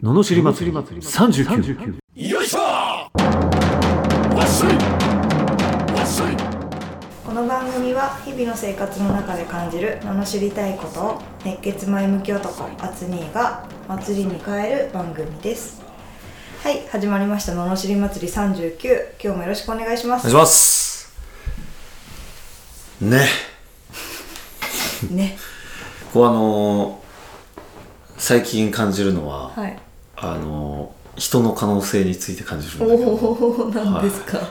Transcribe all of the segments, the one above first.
ののしり祭り39。 よいしょわっしょいわっしょい。 この番組は日々の生活の中で感じる罵りたいことを熱血前向き男アツニーが祭りに変える番組です。はい、始まりました罵り祭り39。今日もよろしくお願いします。 お願いしますね。 ね。 こう最近感じるのは、 はい、 人の可能性について感じるんだけど、 おー、何ですか、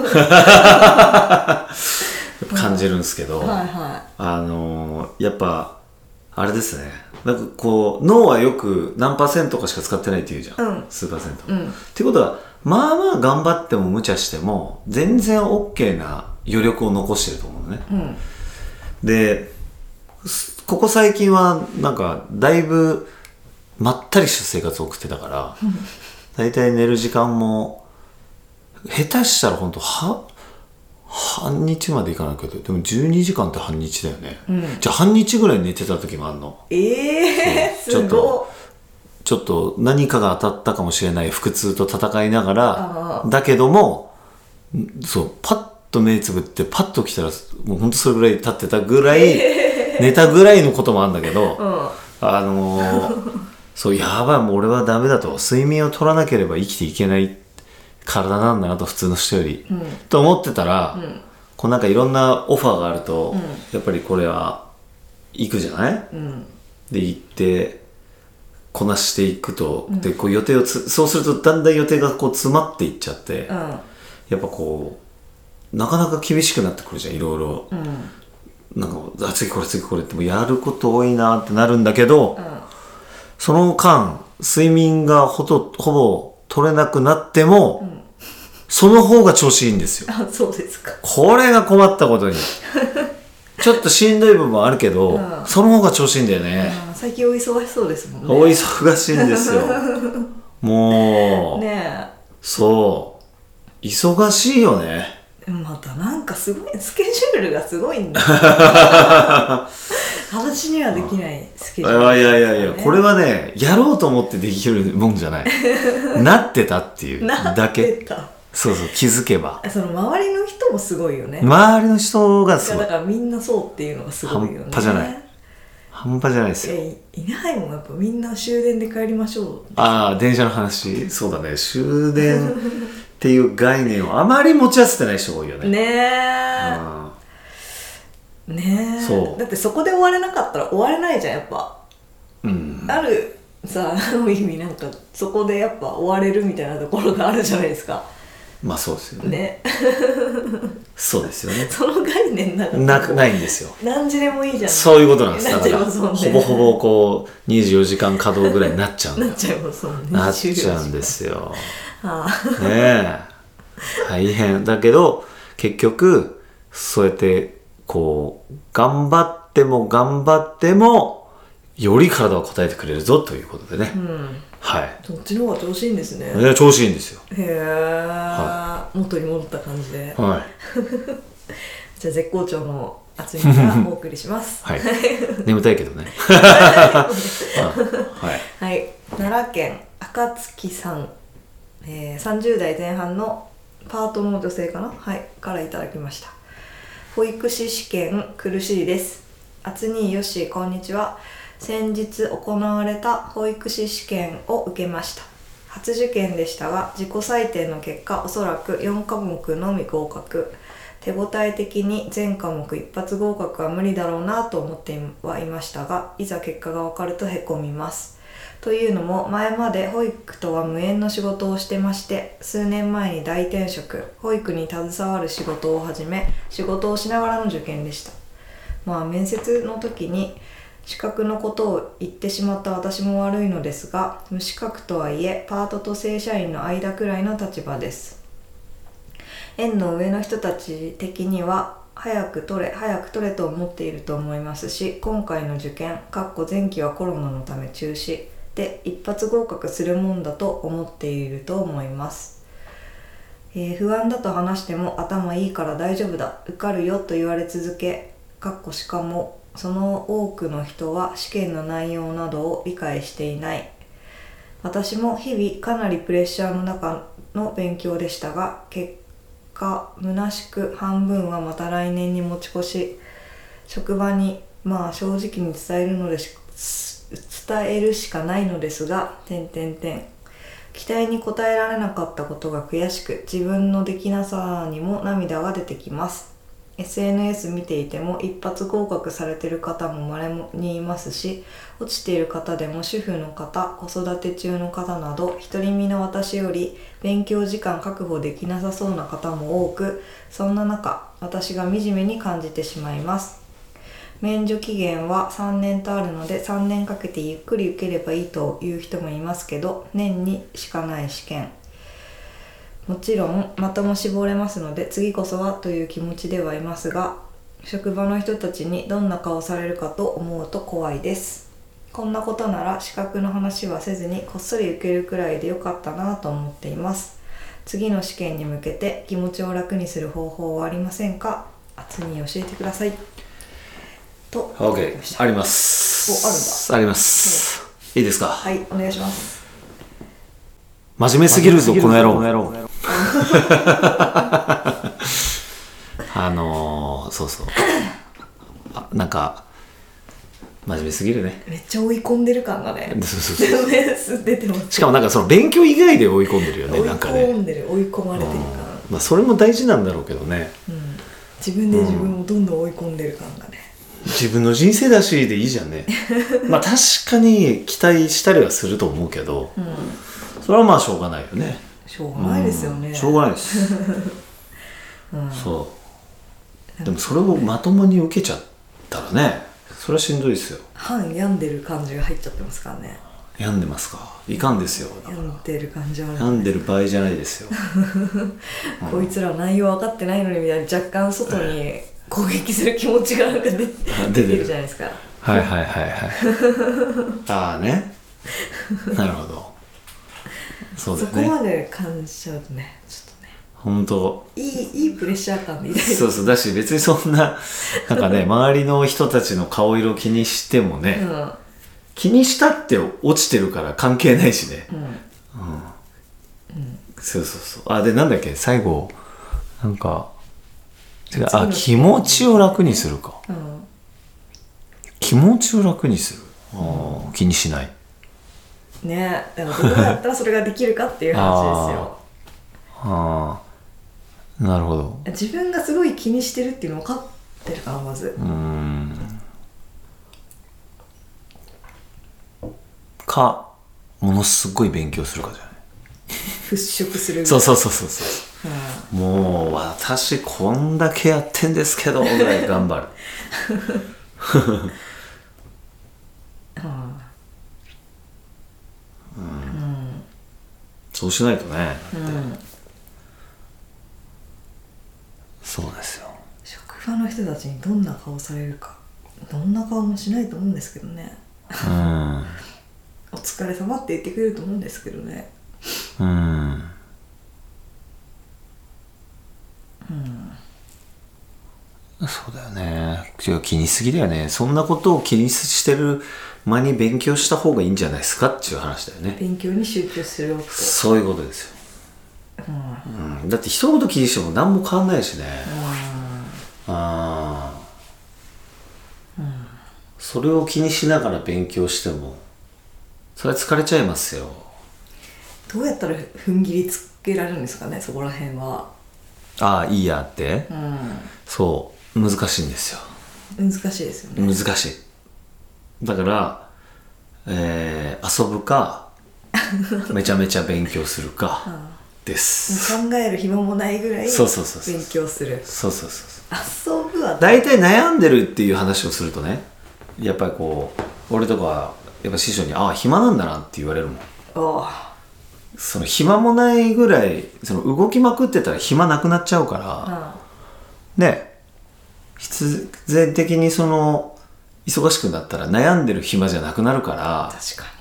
やっぱ感じるんですけど、 はいはやっぱあれですね、なんかこう脳はよく何%かしか使ってないって言うじゃん、 うん、 数%、 ってことはまあまあ頑張っても無茶しても全然 OK な余力を残してると思うのね、でここ最近はなんかだいぶまったりした生活を送ってたからだいたい寝る時間も下手したらほんと半日までいかないけど、でも12時間って半日だよね、じゃあ半日ぐらい寝てた時もあんの。 すごい。 ちょっと何かが当たったかもしれない腹痛と戦いながらだけども、そうパッと目つぶってパッと来たらもうほんとそれぐらい経ってたぐらい寝たぐらいのこともあるんだけど、そうやばい、もう俺はダメだと、睡眠を取らなければ生きていけない体なんだなと、普通の人より、と思ってたら、こうなんかいろんなオファーがあると、やっぱりこれは行くじゃない、で行ってこなしていくと、でこう予定をそうするとだんだん予定がこう詰まっていっちゃって、やっぱこうなかなか厳しくなってくるじゃん、いろいろ、なんか次これってもうやること多いなってなるんだけど、その間睡眠がほぼ取れなくなっても、その方が調子いいんですよ。 あ、そうですか。 これが困ったことにちょっとしんどい部分もあるけど、その方が調子いいんだよね。 最近お忙しそうですもんね。 お忙しいんですよもうねえ、 そう忙しいよね。 またなんかすごいスケジュールがすごいんだ私にはできないスケジュール、 いやこれはね、やろうと思ってできるもんじゃないなってたっていうだけ。そう気づけば。 その周りの人もすごいよね。 周りの人がすごい。 だからみんなそうっていうのがすごいよね。 半端じゃないですよ。 いないもん、やっぱみんな終電で帰りましょう。 ああ、電車の話。そうだね、終電っていう概念をあまり持ち合わせてない人が多いよね。 ねえ、そうだってそこで終われなかったら終われないじゃん、やっぱ、あるさ、ある意味なんかそこでやっぱ終われるみたいなところがあるじゃないですか。 まあそうですよね。そうですよね。 その概念ないんですよ。 何時でもいいじゃん。 そういうことなんです。だからほぼほぼこう24時間稼働ぐらいになっちゃうんだよ。 なっちゃいますもんね。 なっちゃうんですよ。ねえ、大変だけど結局そうやってこう頑張ってもより体を応えてくれるぞということでね、はい、 そっちの方が調子いいんですね。 いや調子いいんですよ。 へえ、元に戻った感じで、じゃあ絶好調の厚みがお送りします眠たいけどねはい、奈良県暁さん、30代前半のパートの女性かな、からいただきました。保育士試験苦しいです。あつにーよしこんにちは。先日行われた保育士試験を受けました。初受験でしたが自己採点の結果おそらく4科目のみ合格。手応え的に全科目一発合格は無理だろうなと思ってはいましたが、いざ結果が分かるとへこみます。というのも前まで保育とは無縁の仕事をしてまして、数年前に大転職、保育に携わる仕事を始め、仕事をしながらの受験でした。面接の時に資格のことを言ってしまった私も悪いのですが、無資格とはいえパートと正社員の間くらいの立場です。園の上の人たち的には早く取れと思っていると思いますし、今回の受験前期はコロナのため中止で一発合格するもんだと思っていると思います。不安だと話しても頭いいから大丈夫だ、受かるよと言われ続け、しかもその多くの人は試験の内容などを理解していない。 私も日々かなりプレッシャーの中の勉強でしたが、結果虚しく半分はまた来年に持ち越し、職場に正直に伝えるしかないのですが、期待に応えられなかったことが悔しく、自分のできなさにも涙が出てきます。SNS 見ていても一発合格されている方も稀にいますし、落ちている方でも主婦の方、子育て中の方など独り身の私より勉強時間確保できなさそうな方も多く、そんな中私が惨めに感じてしまいます。免除期限は3年とあるので、3年かけてゆっくり受ければいいという人もいますけど、年にしかない試験、もちろん的も絞れますので次こそはという気持ちではいますが、職場の人たちにどんな顔されるかと思うと怖いです。こんなことなら資格の話はせずにこっそり受けるくらいでよかったなと思っています。次の試験に向けて気持ちを楽にする方法はありませんか？厚に教えてくださいと。 OK、 あります。 あるんだ。 あります、いいですか？ はい、お願いします。 真面目すぎるぞこの野郎。そうそう、なんか真面目すぎるね。 めっちゃ追い込んでる感がねそう出てます。 しかもなんかその勉強以外で追い込んでるよね。なんかね、 追い込まれてる感、 それも大事なんだろうけどね、 自分で自分をどんどん追い込んでる感がね、 自分の人生だしでいいじゃんね。確かに期待したりはすると思うけど、それはしょうがないよね。 しょうがないですよね、 しょうがないです、そうでもそれをまともに受けちゃったらね、それはしんどいですよ。 半病んでる感じが入っちゃってますからね。 病んでますか？いかんですよ。 病んでる感じはある。 病んでる場合じゃないですよ。 こいつら内容分かってないのにみたいな、若干外に攻撃する気持ちがなんか出てるじゃないですか。 はいああね、なるほど。そうだよね。 そこまで感じちゃうとね、ちょっとね、 本当いいプレッシャー感でいたい。 そうだし、別にそんななんかね周りの人たちの顔色気にしてもね、気にしたって落ちてるから関係ないしね。そうでなんだっけ最後なんか気持ちを楽にするか、気持ちを楽にする、気にしないね。だからどうやったらそれができるかっていう話ですよ。 なるほど。 自分がすごい気にしてるっていうの分かってるかな、まず。 かものすごい勉強するかじゃない。 払拭する。 そう、もう私こんだけやってんですけどぐらい頑張る。そうしないとね、そうですよ。 職場の人たちにどんな顔されるか、どんな顔もしないと思うんですけどね。お疲れ様って言ってくれると思うんですけどね。 そうだよね。気にしすぎだよね。そんなことを気にしてる間に勉強した方がいいんじゃないですかっていう話だよね。 勉強に集中する。 そういうことですよ。だって一言気にしても何も変わんないしね。それを気にしながら勉強してもそれは疲れちゃいますよ。 どうやったら踏ん切りつけられるんですかね、そこら辺は。 いいやって、そう難しいんですよ。 難しいですよね。 難しい。だから、遊ぶかめちゃめちゃ勉強するかです。 考える暇もないぐらい勉強する。遊ぶは大体悩んでるっていう話をするとね、やっぱり俺とかやっぱ師匠に暇なんだなって言われるもん。その暇もないぐらいその動きまくってたら暇なくなっちゃうから、ね、必然的にその忙しくなったら悩んでる暇じゃなくなるから、 確か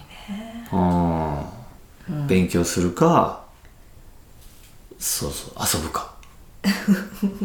にね、 勉強するか遊ぶか。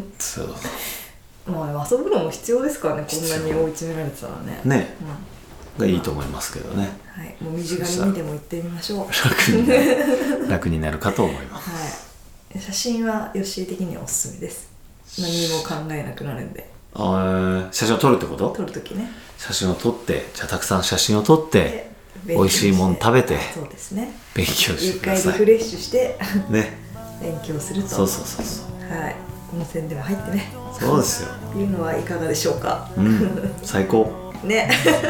遊ぶのも必要ですからね、こんなに追い詰められてたらね。 がいいと思いますけどね。 はい、もう身近に見ても行ってみましょう。 楽になるかと思います。 はい、写真はヨッシー的にはおすすめです。何にも考えなくなるんで。 写真を撮るってこと？ 撮るときね。 写真を撮って、じゃあたくさん写真を撮って美味しいもん食べて、 そうですね、 勉強してくだ一さい。 回リフレッシュしてね、 勉強すると。 そうそうそうそう。 はい、温泉でも入ってね。 そうですよ。 いうのはいかがでしょうか。 最高。 ね。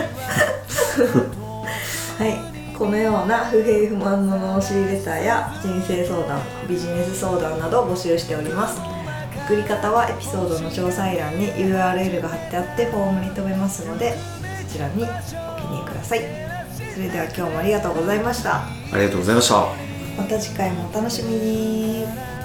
はい、このような不平不満の申し入れレターや人生相談、ビジネス相談など募集しております。送り方はエピソードの詳細欄に URL が貼ってあってフォームに飛べますので、そちらにお記入ください。それでは今日もありがとうございました。 ありがとうございました。 また次回もお楽しみに。